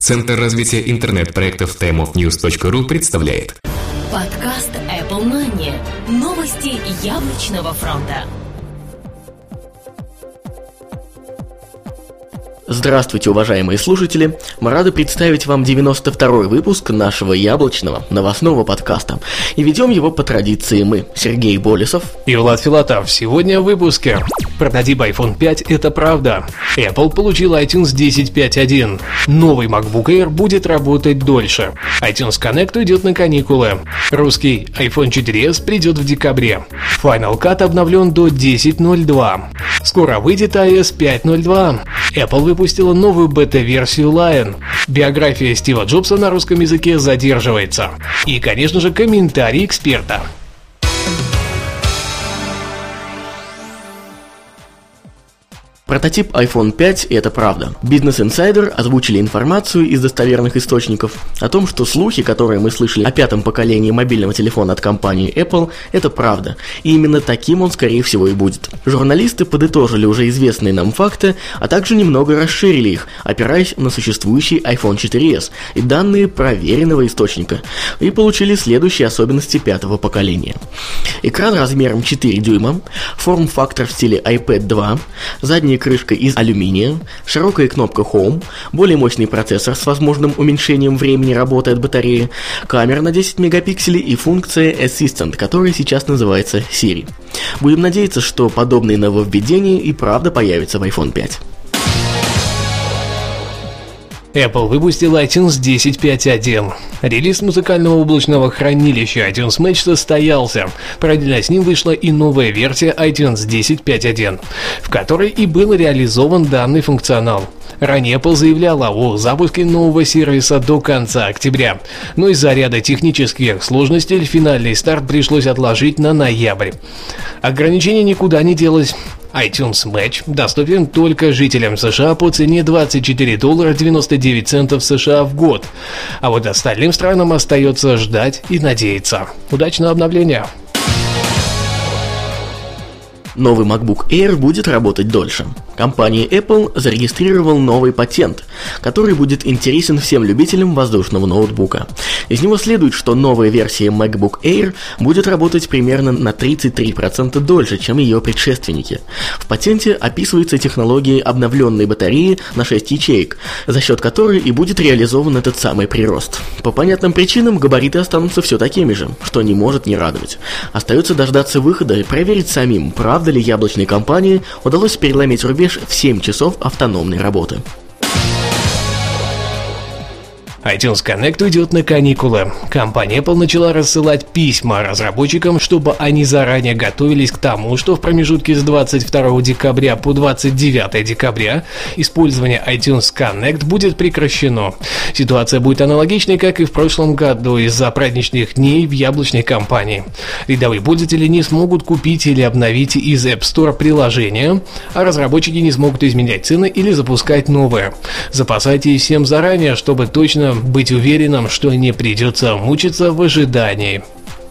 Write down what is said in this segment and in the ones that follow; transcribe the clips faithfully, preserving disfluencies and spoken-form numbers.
Центр развития интернет-проектов тайм оф ньюс точка ру представляет подкаст Apple Money. Новости яблочного фронта. Здравствуйте, уважаемые слушатели! Мы рады представить вам девяносто второй выпуск нашего яблочного новостного подкаста. И ведем его по традиции мы, Сергей Болесов и Влад Филатов. Сегодня в выпуске. Прототип айфон пять – это правда. Apple получил iTunes десять точка пять точка один. Новый MacBook Air будет работать дольше. iTunes Connect уйдет на каникулы. Русский айфон четыре эс придет в декабре. Final Cut обновлен до десять точка ноль два. Скоро выйдет ай о эс пять точка ноль два. Apple выпустила новую бета-версию Lion. Биография Стива Джобса на русском языке задерживается. И, конечно же, комментарий эксперта. Прототип айфон пять – это правда. Business Insider озвучили информацию из достоверных источников о том, что слухи, которые мы слышали о пятом поколении мобильного телефона от компании Apple, это правда. И именно таким он, скорее всего, и будет. Журналисты подытожили уже известные нам факты, а также немного расширили их, опираясь на существующий айфон четыре эс и данные проверенного источника, и получили следующие особенности пятого поколения. Экран размером четыре дюйма, форм-фактор в стиле айпэд два, задняя крышка из алюминия, широкая кнопка Home, более мощный процессор с возможным уменьшением времени работы от батареи, камера на десять мегапикселей и функция Assistant, которая сейчас называется Siri. Будем надеяться, что подобные нововведения и правда появятся в айфон пять. Apple выпустил iTunes десять точка пять точка один. Релиз музыкального облачного хранилища iTunes Match состоялся. Параллельно с ним вышла и новая версия iTunes десять точка пять точка один, в которой и был реализован данный функционал. Ранее Apple заявляла о запуске нового сервиса до конца октября, но из-за ряда технических сложностей финальный старт пришлось отложить на ноябрь. Ограничение никуда не делось. iTunes Match доступен только жителям США по цене двадцать четыре доллара девяносто девять центов США в год, а вот остальным странам остается ждать и надеяться. Удачного обновления! Новый MacBook Air будет работать дольше. Компания Apple зарегистрировала новый патент, который будет интересен всем любителям воздушного ноутбука. Из него следует, что новая версия MacBook Air будет работать примерно на тридцать три процента дольше, чем ее предшественники. В патенте описывается технология обновленной батареи на шесть ячеек, за счет которой и будет реализован этот самый прирост. По понятным причинам габариты останутся все такими же, что не может не радовать. Остается дождаться выхода и проверить самим, правда ли яблочной компании удалось переломить рубеж в семь часов автономной работы. iTunes Connect уйдет на каникулы. Компания Apple начала рассылать письма разработчикам, чтобы они заранее готовились к тому, что в промежутке с двадцать второго декабря по двадцать девятого декабря использование iTunes Connect будет прекращено. Ситуация будет аналогичной, как и в прошлом году из-за праздничных дней в яблочной компании. Рядовые пользователи не смогут купить или обновить из App Store приложение, а разработчики не смогут изменять цены или запускать новые. Запасайтесь всем заранее, чтобы точно быть уверенным, что не придется мучиться в ожидании.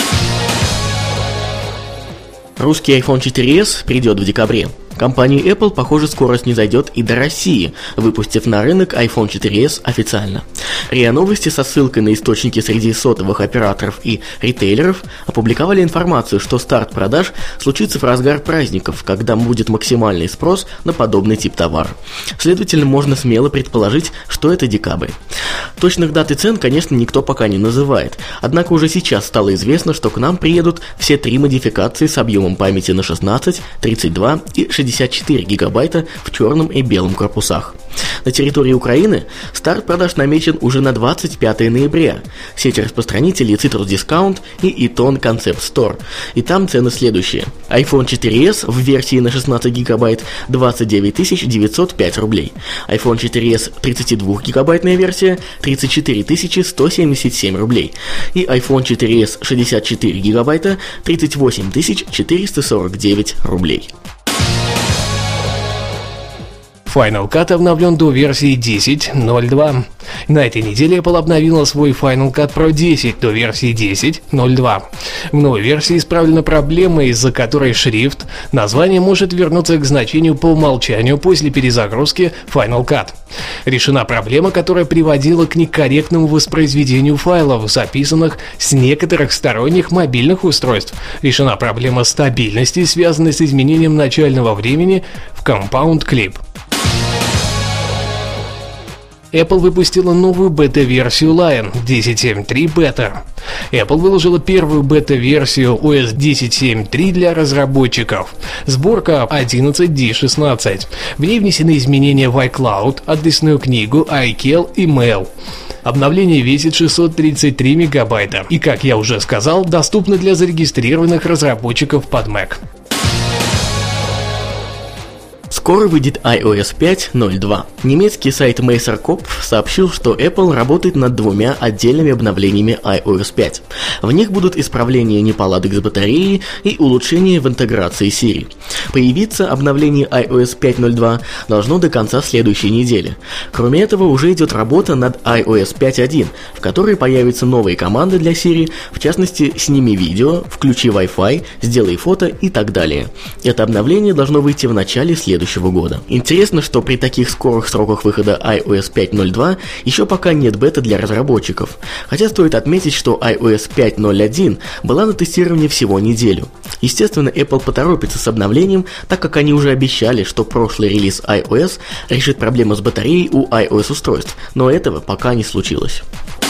Русский айфон четыре эс придет в декабре. Компания Apple, похоже, скоро снизойдет и до России, выпустив на рынок айфон четыре эс официально. РИА Новости со ссылкой на источники среди сотовых операторов и ритейлеров опубликовали информацию, что старт продаж случится в разгар праздников, когда будет максимальный спрос на подобный тип товара. Следовательно, можно смело предположить, что это декабрь. Точных дат и цен, конечно, никто пока не называет, однако уже сейчас стало известно, что к нам приедут все три модификации с объемом памяти на шестнадцать, тридцать два и шестьдесят четыре гигабайта в черном и белом корпусах. На территории Украины старт продаж намечен уже на двадцать пятого ноября. Сеть распространителей Citrus Discount и Iton Concept Store. И там цены следующие. айфон четыре эс в версии на шестнадцать гигабайт двадцать девять тысяч девятьсот пять рублей. айфон четыре эс тридцатидвухгигабайтная версия тридцать четыре тысячи сто семьдесят семь рублей. И айфон четыре эс шестьдесят четыре гигабайта тридцать восемь тысяч четыреста сорок девять рублей. Final Cut обновлен до версии десять ноль два. На этой неделе Apple обновила свой Final Cut Pro десять до версии десять ноль два. В новой версии исправлена проблема, из-за которой шрифт названия может вернуться к значению по умолчанию после перезагрузки Final Cut. Решена проблема, которая приводила к некорректному воспроизведению файлов, записанных с некоторых сторонних мобильных устройств. Решена проблема стабильности, связанная с изменением начального времени в Compound Clip. Apple выпустила новую бета-версию Lion десять точка семь точка три бета. Apple выложила первую бета-версию о эс десять точка семь точка три для разработчиков. Сборка одиннадцать ди шестнадцать. В ней внесены изменения в iCloud, адресную книгу, iCal и Mail. Обновление весит шестьсот тридцать три мегабайта и, как я уже сказал, доступно для зарегистрированных разработчиков под Mac. Скоро выйдет ай о эс пять ноль два. Немецкий сайт MacerCopf сообщил, что Apple работает над двумя отдельными обновлениями ай о эс пять. В них будут исправления неполадок с батареей и улучшения в интеграции Siri. Появиться обновление ай о эс пять ноль два должно до конца следующей недели. Кроме этого, уже идет работа над ай о эс пять точка один, в которой появятся новые команды для Siri, в частности, сними видео, включи Wi-Fi, сделай фото и так далее. Это обновление должно выйти в начале следующего года. Интересно, что при таких скорых сроках выхода ай о эс пять ноль два еще пока нет бета для разработчиков. Хотя стоит отметить, что ай о эс пять ноль один была на тестировании всего неделю. Естественно, Apple поторопится с обновлением, так как они уже обещали, что прошлый релиз iOS решит проблему с батареей у iOS устройств, но этого пока не случилось.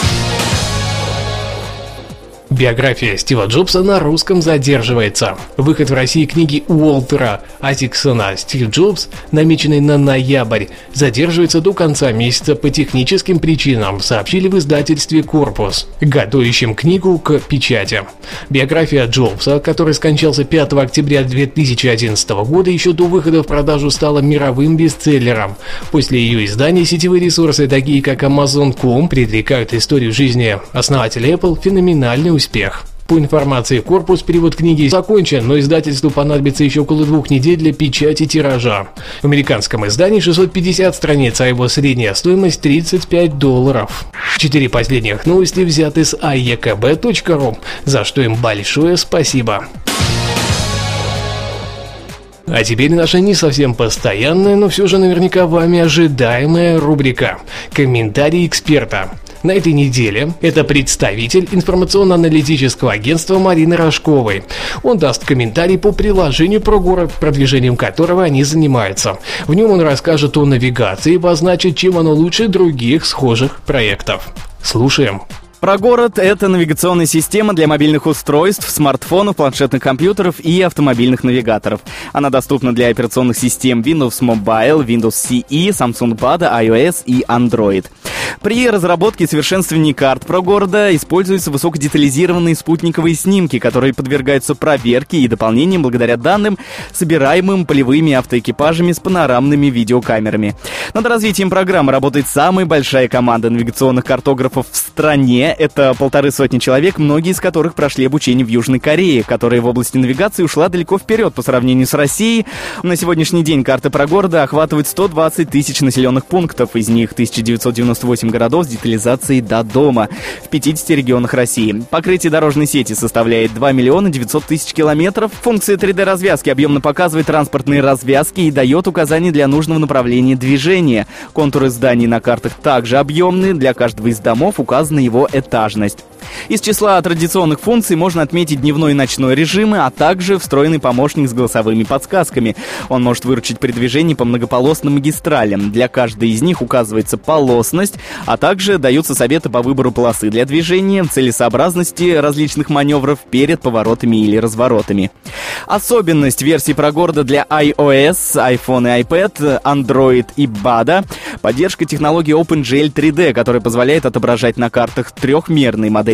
Биография Стива Джобса на русском задерживается. Выход в России книги Уолтера Айзексона «Стив Джобс», намеченный на ноябрь, задерживается до конца месяца по техническим причинам, сообщили в издательстве «Корпус», готовящем книгу к печати. Биография Джобса, который скончался пятого октября две тысячи одиннадцатого года, еще до выхода в продажу стала мировым бестселлером. После ее издания сетевые ресурсы, такие как Amazon точка ком, предрекают историю жизни основателя Apple феноменальный успех. По информации «Корпус», перевод книги закончен, но издательству понадобится еще около двух недель для печати тиража. В американском издании шестьсот пятьдесят страниц, а его средняя стоимость тридцать пять долларов. Четыре последних новости взяты с ай и кей би точка ру, за что им большое спасибо. А теперь наша не совсем постоянная, но все же наверняка вами ожидаемая рубрика «Комментарий эксперта». На этой неделе это представитель информационно-аналитического агентства Марины Рожковой. Он даст комментарий по приложению ProGorod, продвижением которого они занимаются. В нем он расскажет о навигации и обозначит, чем оно лучше других схожих проектов. Слушаем. ProGorod — это навигационная система для мобильных устройств, смартфонов, планшетных компьютеров и автомобильных навигаторов. Она доступна для операционных систем Windows Mobile, Windows си и, Samsung пад, iOS и Android. При разработке и совершенствовании карт ProGorod используются высокодетализированные спутниковые снимки, которые подвергаются проверке и дополнениям благодаря данным, собираемым полевыми автоэкипажами с панорамными видеокамерами. Над развитием программы работает самая большая команда навигационных картографов в стране. Это полторы сотни человек, многие из которых прошли обучение в Южной Корее, которая в области навигации ушла далеко вперед по сравнению с Россией. На сегодняшний день карты ProGorod охватывают сто двадцать тысяч населенных пунктов, из них тысяча девятьсот девяносто восемь городов с детализацией до дома в пятидесяти регионах России. Покрытие дорожной сети составляет два миллиона девятьсот тысяч километров. Функция три дэ-развязки объемно показывает транспортные развязки и дает указания для нужного направления движения. Контуры зданий на картах также объемные, для каждого из домов указана его этажность. Из числа традиционных функций можно отметить дневной и ночной режимы, а также встроенный помощник с голосовыми подсказками. Он может выручить при движении по многополосным магистралям. Для каждой из них указывается полосность, а также даются советы по выбору полосы для движения, целесообразности различных маневров перед поворотами или разворотами. Особенность версии ProGorod для iOS, iPhone и iPad, Android и бада — поддержка технологии OpenGL три дэ, которая позволяет отображать на картах трехмерные модели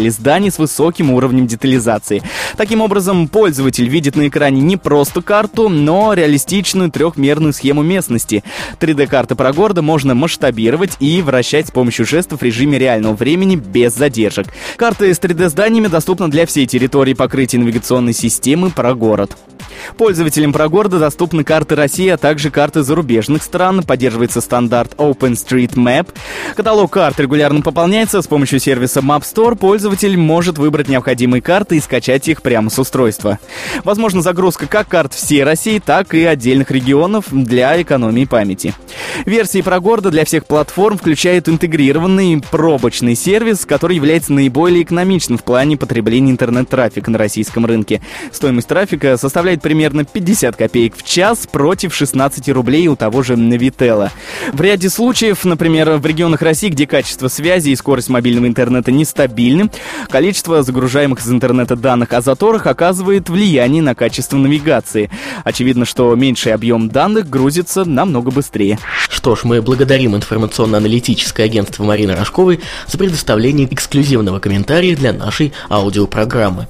модели зданий с высоким уровнем детализации. Таким образом, пользователь видит на экране не просто карту, но реалистичную трехмерную схему местности. три дэ-карты про города можно масштабировать и вращать с помощью жестов в режиме реального времени без задержек. Карты с три дэ-зданиями доступны для всей территории покрытия навигационной системы про город. Пользователям про города доступны карты России, а также карты зарубежных стран. Поддерживается стандарт OpenStreetMap. Каталог карт регулярно пополняется. С помощью сервиса Map Store пользователь может выбрать необходимые карты и скачать их прямо с устройства. Возможна загрузка как карт всей России, так и отдельных регионов для экономии памяти. Версии про города для всех платформ включают интегрированный пробочный сервис, который является наиболее экономичным в плане потребления интернет-трафика на российском рынке. Стоимость трафика составляет примерно пятьдесят копеек в час против шестнадцати рублей у того же Навитела. В ряде случаев, например, в регионах России, где качество связи и скорость мобильного интернета нестабильны, количество загружаемых из интернета данных о заторах оказывает влияние на качество навигации. Очевидно, что меньший объем данных грузится намного быстрее. Что ж, мы благодарим информационно-аналитическое агентство Марины Рожковой за предоставление эксклюзивного комментария для нашей аудиопрограммы.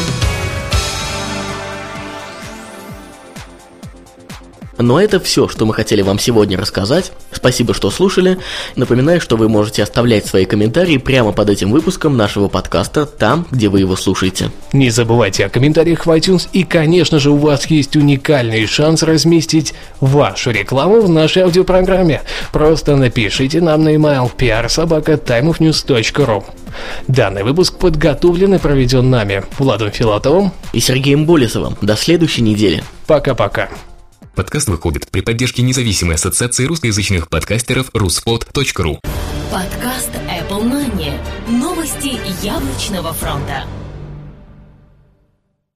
Но это все, что мы хотели вам сегодня рассказать. Спасибо, что слушали. Напоминаю, что вы можете оставлять свои комментарии прямо под этим выпуском нашего подкаста, там, где вы его слушаете. Не забывайте о комментариях в iTunes, и, конечно же, у вас есть уникальный шанс разместить вашу рекламу в нашей аудиопрограмме. Просто напишите нам на email пи ар собака таймофньюс точка ру. Данный выпуск подготовлен и проведен нами, Владом Филатовым и Сергеем Болесовым. До следующей недели. Пока-пока. Подкаст выходит при поддержке независимой ассоциации русскоязычных подкастеров руспод точка ру. Подкаст Apple Money. Новости яблочного фронта.